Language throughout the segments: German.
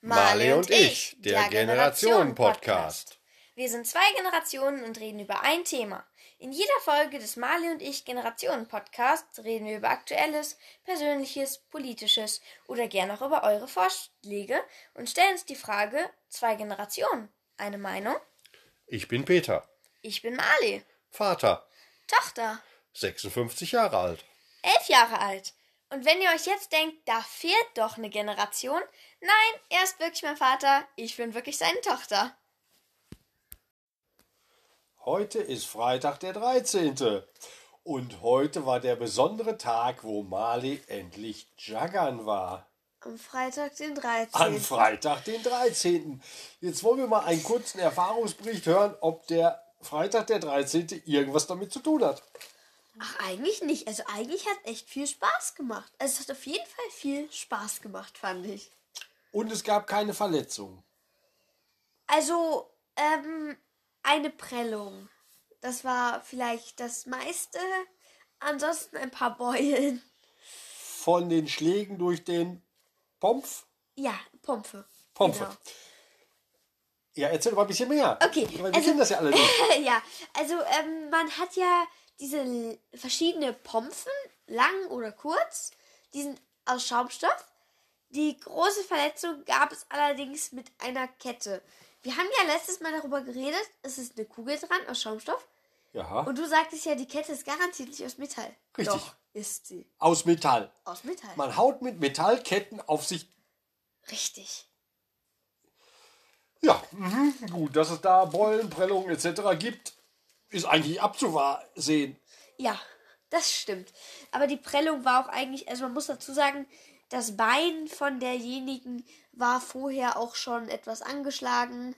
Marley und ich, der Generationen-Podcast. Wir sind zwei Generationen und reden über ein Thema. In jeder Folge des Marley und ich Generationen-Podcasts reden wir über Aktuelles, Persönliches, Politisches oder gern auch über eure Vorschläge und stellen uns die Frage, zwei Generationen, eine Meinung? Ich bin Peter. Ich bin Marley. Vater. Tochter. 56 Jahre alt. 11 Jahre alt. Und wenn ihr euch jetzt denkt, da fehlt doch eine Generation, nein, er ist wirklich mein Vater, ich bin wirklich seine Tochter. Heute ist Freitag der 13. Und heute war der besondere Tag, wo Marley endlich jaggern war. Am Freitag, den 13. Am Freitag, den 13. Jetzt wollen wir mal einen kurzen Erfahrungsbericht hören, ob der Freitag, der 13. irgendwas damit zu tun hat. Ach, eigentlich nicht. Also eigentlich hat echt viel Spaß gemacht. Also es hat auf jeden Fall viel Spaß gemacht, fand ich. Und es gab keine Verletzungen. Also, eine Prellung. Das war vielleicht das meiste. Ansonsten ein paar Beulen. Von den Schlägen durch den Pomf? Ja, Pompe. Pompe. Genau. Ja, erzähl doch mal ein bisschen mehr. Okay. Weil wir kennen das ja alle nicht. Ja, also man hat ja diese verschiedene Pompen, lang oder kurz. Die sind aus Schaumstoff. Die große Verletzung gab es allerdings mit einer Kette. Wir haben ja letztes Mal darüber geredet, es ist eine Kugel dran aus Schaumstoff. Ja. Und du sagtest ja, die Kette ist garantiert nicht aus Metall. Richtig. Doch, ist sie. Aus Metall. Aus Metall. Man haut mit Metallketten auf sich. Richtig. Ja, gut, dass es da Beulen, Prellungen etc. gibt, ist eigentlich abzusehen. Ja, das stimmt. Aber die Prellung war auch eigentlich, also man muss dazu sagen, das Bein von derjenigen war vorher auch schon etwas angeschlagen.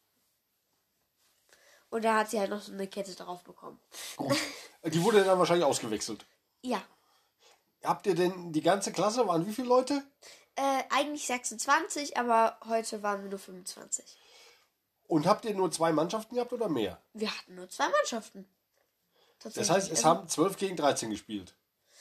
Und da hat sie halt noch so eine Kette drauf bekommen. Gut. Die wurde dann wahrscheinlich ausgewechselt. Ja. Habt ihr denn die ganze Klasse, waren wie viele Leute? Eigentlich 26, aber heute waren wir nur 25. Und habt ihr nur 2 Mannschaften gehabt oder mehr? Wir hatten nur 2 Mannschaften. Das heißt, es haben 12 gegen 13 gespielt.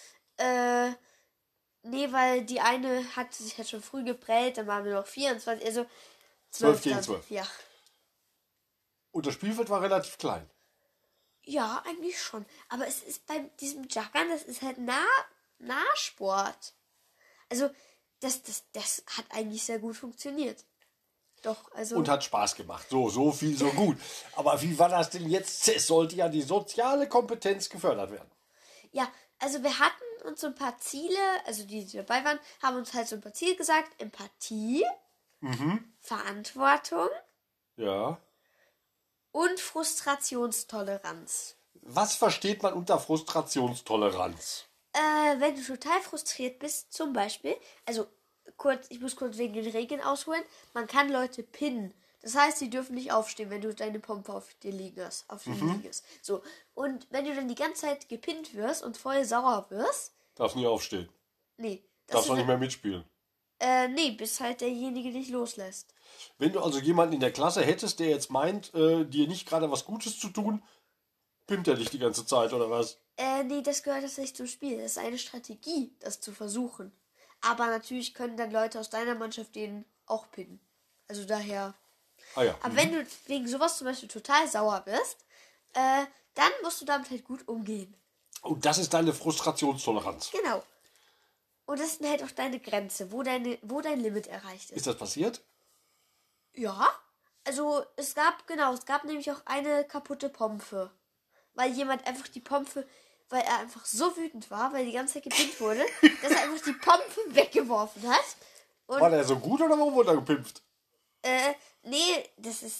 Nee, weil die eine hat sich halt schon früh geprellt, dann waren wir noch 24, also 12 gegen 12. Ja. Und das Spielfeld war relativ klein. Ja, eigentlich schon. Aber es ist bei diesem Jaggern, das ist halt Nahsport. Also, das hat eigentlich sehr gut funktioniert. Doch, also. Und hat Spaß gemacht. So viel, so gut. Aber wie war das denn jetzt? Es sollte ja die soziale Kompetenz gefördert werden. Ja, also wir hatten uns so ein paar Ziele, also die dabei waren, haben uns halt so ein paar Ziele gesagt. Empathie, Verantwortung Ja. und Frustrationstoleranz. Was versteht man unter Frustrationstoleranz? Wenn du total frustriert bist, zum Beispiel, also ich muss kurz wegen den Regeln ausholen, man kann Leute pinnen. Das heißt, sie dürfen nicht aufstehen, wenn du deine Pompe auf dir liegen hast. So. Und wenn du dann die ganze Zeit gepinnt wirst und voll sauer wirst. Darfst nie aufstehen. Nee. Darfst auch nicht mehr mitspielen. Nee, bis halt derjenige dich loslässt. Wenn du also jemanden in der Klasse hättest, der jetzt meint, dir nicht gerade was Gutes zu tun, pimmt er dich die ganze Zeit, oder was? Nee, das gehört tatsächlich zum Spiel. Das ist eine Strategie, das zu versuchen. Aber natürlich können dann Leute aus deiner Mannschaft den auch pinnen. Also daher. Ah ja. Aber wenn du wegen sowas zum Beispiel total sauer bist, dann musst du damit halt gut umgehen. Und das ist deine Frustrationstoleranz. Genau. Und das ist halt auch deine Grenze, wo dein Limit erreicht ist. Ist das passiert? Ja. Also es gab nämlich auch eine kaputte Pompe. Weil jemand einfach die Pompe, weil er einfach so wütend war, weil die ganze Zeit gepinnt wurde, dass er einfach die Pompe weggeworfen hat. Und War der so gut oder warum wurde er gepimpft? nee,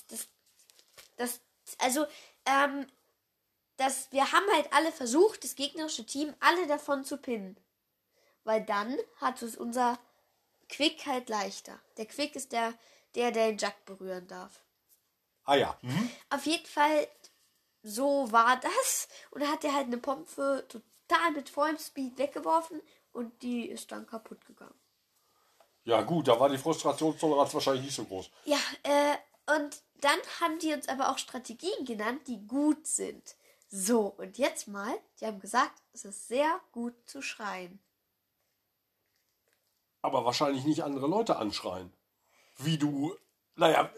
wir haben halt alle versucht, das gegnerische Team, alle davon zu pinnen. Weil dann hat es unser Quick halt leichter. Der Quick ist der den Jug berühren darf. Ah ja. Auf jeden Fall, so war das. Und da hat er halt eine Pompe total mit vollem Speed weggeworfen und die ist dann kaputt gegangen. Ja gut, da war die Frustrationstoleranz wahrscheinlich nicht so groß. Ja, und dann haben die uns aber auch Strategien genannt, die gut sind. So, und jetzt mal, die haben gesagt, es ist sehr gut zu schreien. Aber wahrscheinlich nicht andere Leute anschreien. wie du, naja,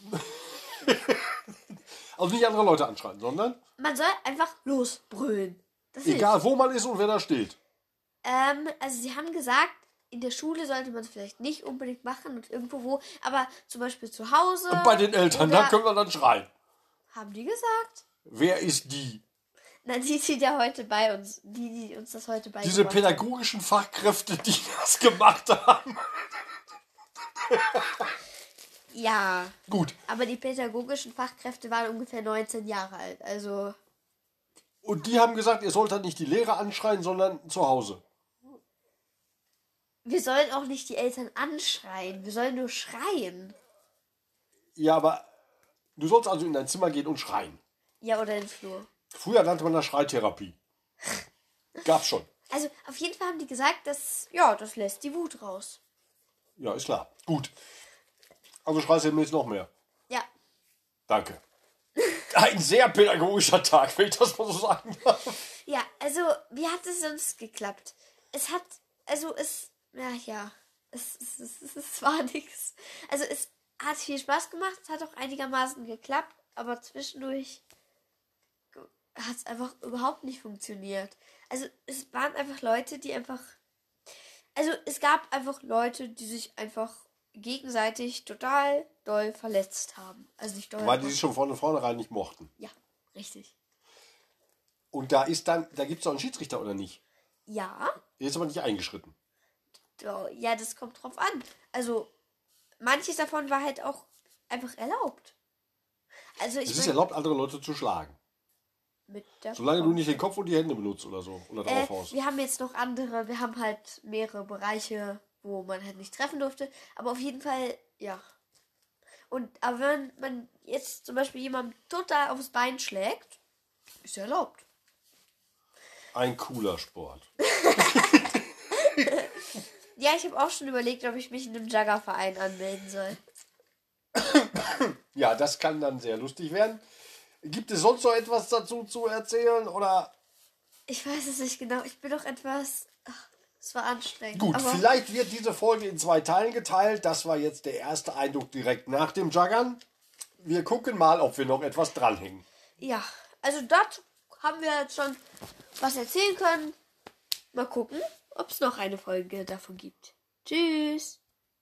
also nicht andere Leute anschreien, sondern Man soll einfach losbrüllen. Das egal, wo man ist und wer da steht. Also sie haben gesagt, in der Schule sollte man es vielleicht nicht unbedingt machen und irgendwo wo, aber zum Beispiel zu Hause. Und bei den Eltern, da können wir dann schreien. Haben die gesagt? Wer ist die? Na, die sind ja heute bei uns, die uns das heute beigebracht Diese haben. pädagogischen Fachkräfte, die das gemacht haben. Ja. Gut. Aber die pädagogischen Fachkräfte waren ungefähr 19 Jahre alt, also. Und die haben gesagt, ihr sollt halt nicht die Lehrer anschreien, sondern zu Hause. Wir sollen auch nicht die Eltern anschreien, wir sollen nur schreien. Ja, aber du sollst also in dein Zimmer gehen und schreien. Ja, oder den Flur. Früher nannte man das Schreitherapie. Gab's schon. Also auf jeden Fall haben die gesagt, dass, ja, das lässt die Wut raus. Ja, ist klar. Gut. Also schreist du demnächst noch mehr. Ja. Danke. Ein sehr pädagogischer Tag, wenn ich das mal so sagen darf. Ja, also, wie hat es sonst geklappt? Es hat, also es war nichts. Also es hat viel Spaß gemacht, es hat auch einigermaßen geklappt, aber zwischendurch hat es einfach überhaupt nicht funktioniert. Also es waren einfach Leute, die einfach, also es gab einfach Leute, die sich einfach gegenseitig total doll verletzt haben. Also nicht doll. Weil die sich schon von vornherein nicht mochten. Ja, richtig. Und da gibt es doch einen Schiedsrichter, oder nicht? Ja, Der ist aber nicht eingeschritten. ja, das kommt drauf an. Also manches davon war halt auch einfach erlaubt. Also Es ich ist mein, erlaubt, andere Leute zu schlagen. mit der Solange du nicht den Kopf und die Hände benutzt oder so. Oder drauf haust. wir haben jetzt noch andere, wir haben halt mehrere Bereiche, wo man halt nicht treffen durfte. Aber auf jeden Fall, ja. Aber wenn man jetzt zum Beispiel jemandem total aufs Bein schlägt, ist erlaubt. Ein cooler Sport. Ja, ich habe auch schon überlegt, ob ich mich in einem Juggerverein anmelden soll. Ja, das kann dann sehr lustig werden. Gibt es sonst noch etwas dazu zu erzählen? Oder? Ich weiß es nicht genau. Ich bin doch etwas... Ach, es war anstrengend. Gut, aber vielleicht wird diese Folge in 2 Teilen geteilt. Das war jetzt der erste Eindruck direkt nach dem Juggern. Wir gucken mal, ob wir noch etwas dranhängen. ja, also dort haben wir jetzt schon was erzählen können. Mal gucken, ob es noch eine Folge davon gibt. Tschüss.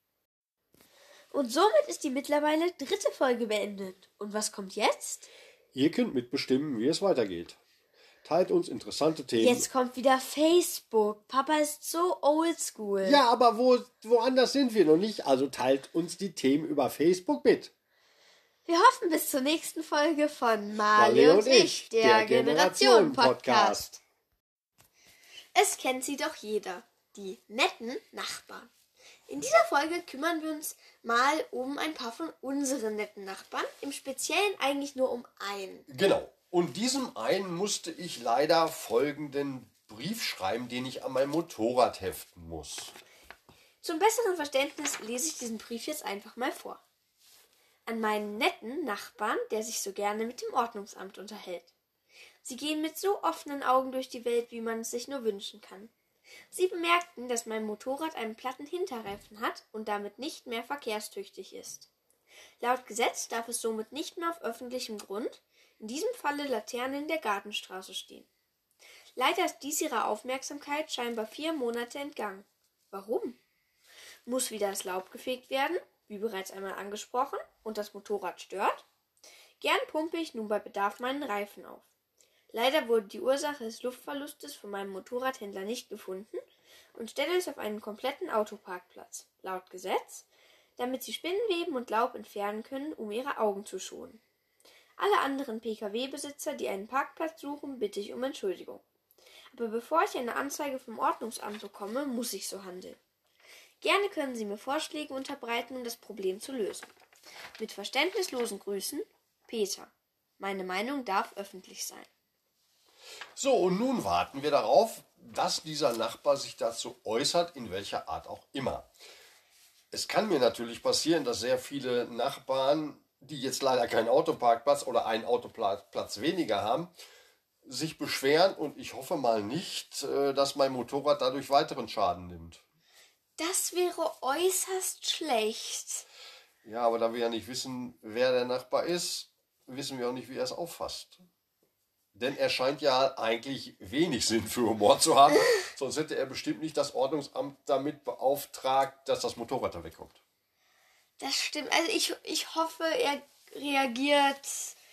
Und somit ist die mittlerweile 3. Folge beendet. Und was kommt jetzt? Ihr könnt mitbestimmen, wie es weitergeht. Teilt uns interessante Themen. Jetzt kommt wieder Facebook. Papa ist so oldschool. Ja, aber woanders sind wir noch nicht. Also teilt uns die Themen über Facebook mit. Wir hoffen bis zur nächsten Folge von Marley und ich, der Generation-Podcast. Es kennt sie doch jeder, die netten Nachbarn. In dieser Folge kümmern wir uns mal um ein paar von unseren netten Nachbarn, im Speziellen eigentlich nur um einen. Genau. Und diesem einen musste ich leider folgenden Brief schreiben, den ich an mein Motorrad heften muss. Zum besseren Verständnis lese ich diesen Brief jetzt einfach mal vor. An meinen netten Nachbarn, der sich so gerne mit dem Ordnungsamt unterhält. Sie gehen mit so offenen Augen durch die Welt, wie man es sich nur wünschen kann. Sie bemerkten, dass mein Motorrad einen platten Hinterreifen hat und damit nicht mehr verkehrstüchtig ist. Laut Gesetz darf es somit nicht mehr auf öffentlichem Grund, in diesem Falle Laternen in der Gartenstraße, stehen. Leider ist dies ihrer Aufmerksamkeit scheinbar 4 Monate entgangen. Warum? Muss wieder das Laub gefegt werden, wie bereits einmal angesprochen, und das Motorrad stört? Gern pumpe ich nun bei Bedarf meinen Reifen auf. Leider wurde die Ursache des Luftverlustes von meinem Motorradhändler nicht gefunden und stelle es auf einen kompletten Autoparkplatz, laut Gesetz, damit sie Spinnenweben und Laub entfernen können, um ihre Augen zu schonen. Alle anderen Pkw-Besitzer, die einen Parkplatz suchen, bitte ich um Entschuldigung. Aber bevor ich eine Anzeige vom Ordnungsamt bekomme, muss ich so handeln. Gerne können Sie mir Vorschläge unterbreiten, um das Problem zu lösen. Mit verständnislosen Grüßen, Peter. Meine Meinung darf öffentlich sein. So, und nun warten wir darauf, dass dieser Nachbar sich dazu äußert, in welcher Art auch immer. Es kann mir natürlich passieren, dass sehr viele Nachbarn, die jetzt leider keinen Autoparkplatz oder einen Autoplatz weniger haben, sich beschweren, und ich hoffe mal nicht, dass mein Motorrad dadurch weiteren Schaden nimmt. Das wäre äußerst schlecht. Ja, aber da wir ja nicht wissen, wer der Nachbar ist, wissen wir auch nicht, wie er es auffasst. Denn er scheint ja eigentlich wenig Sinn für Humor zu haben, sonst hätte er bestimmt nicht das Ordnungsamt damit beauftragt, dass das Motorrad da wegkommt. Das stimmt. Also ich hoffe, er reagiert.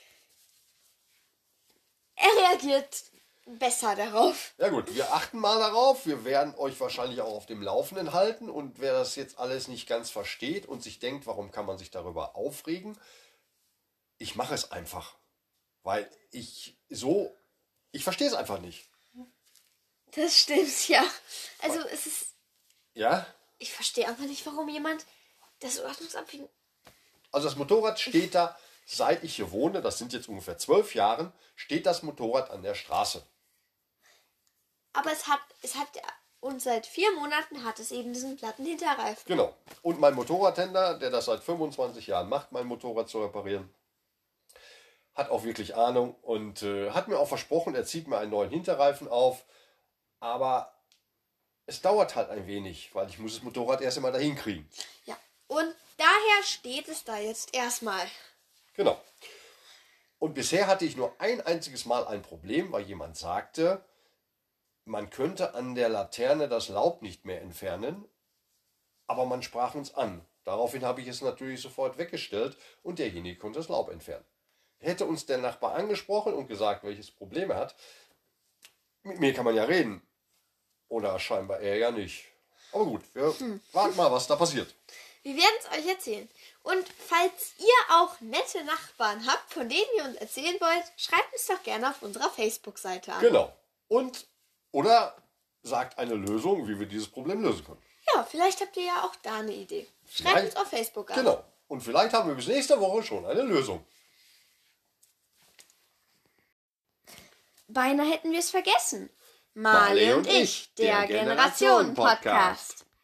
Er reagiert besser darauf. Ja gut, wir achten mal darauf. Wir werden euch wahrscheinlich auch auf dem Laufenden halten. Und wer das jetzt alles nicht ganz versteht und sich denkt, warum kann man sich darüber aufregen, ich mache es einfach. Weil ich verstehe es einfach nicht. Das stimmt, ja. Also es ist. Ja? Ich verstehe einfach nicht, warum jemand das Ordnungsamt. Also das Motorrad steht da, seit ich hier wohne, das sind jetzt ungefähr 12 Jahren, steht das Motorrad an der Straße. Aber es hat und seit 4 Monaten hat es eben diesen platten Hinterreifen. Genau. Und mein Motorradhändler, der das seit 25 Jahren macht, mein Motorrad zu reparieren, hat auch wirklich Ahnung und hat mir auch versprochen, er zieht mir einen neuen Hinterreifen auf. Aber es dauert halt ein wenig, weil ich muss das Motorrad erst einmal dahin kriegen. Ja. Und daher steht es da jetzt erstmal. Genau. Und bisher hatte ich nur ein einziges Mal ein Problem, weil jemand sagte, man könnte an der Laterne das Laub nicht mehr entfernen, aber man sprach uns an. Daraufhin habe ich es natürlich sofort weggestellt und derjenige konnte das Laub entfernen. Hätte uns der Nachbar angesprochen und gesagt, welches Problem er hat, mit mir kann man ja reden. Oder scheinbar er ja nicht. Aber gut, wir warten mal, was da passiert. Wir werden es euch erzählen. Und falls ihr auch nette Nachbarn habt, von denen ihr uns erzählen wollt, schreibt uns doch gerne auf unserer Facebook-Seite an. Genau. Oder sagt eine Lösung, wie wir dieses Problem lösen können. Ja, vielleicht habt ihr ja auch da eine Idee. Schreibt uns auf Facebook an. Genau. Und vielleicht haben wir bis nächste Woche schon eine Lösung. Beinahe hätten wir es vergessen. Marley und ich, der Generationen-Podcast.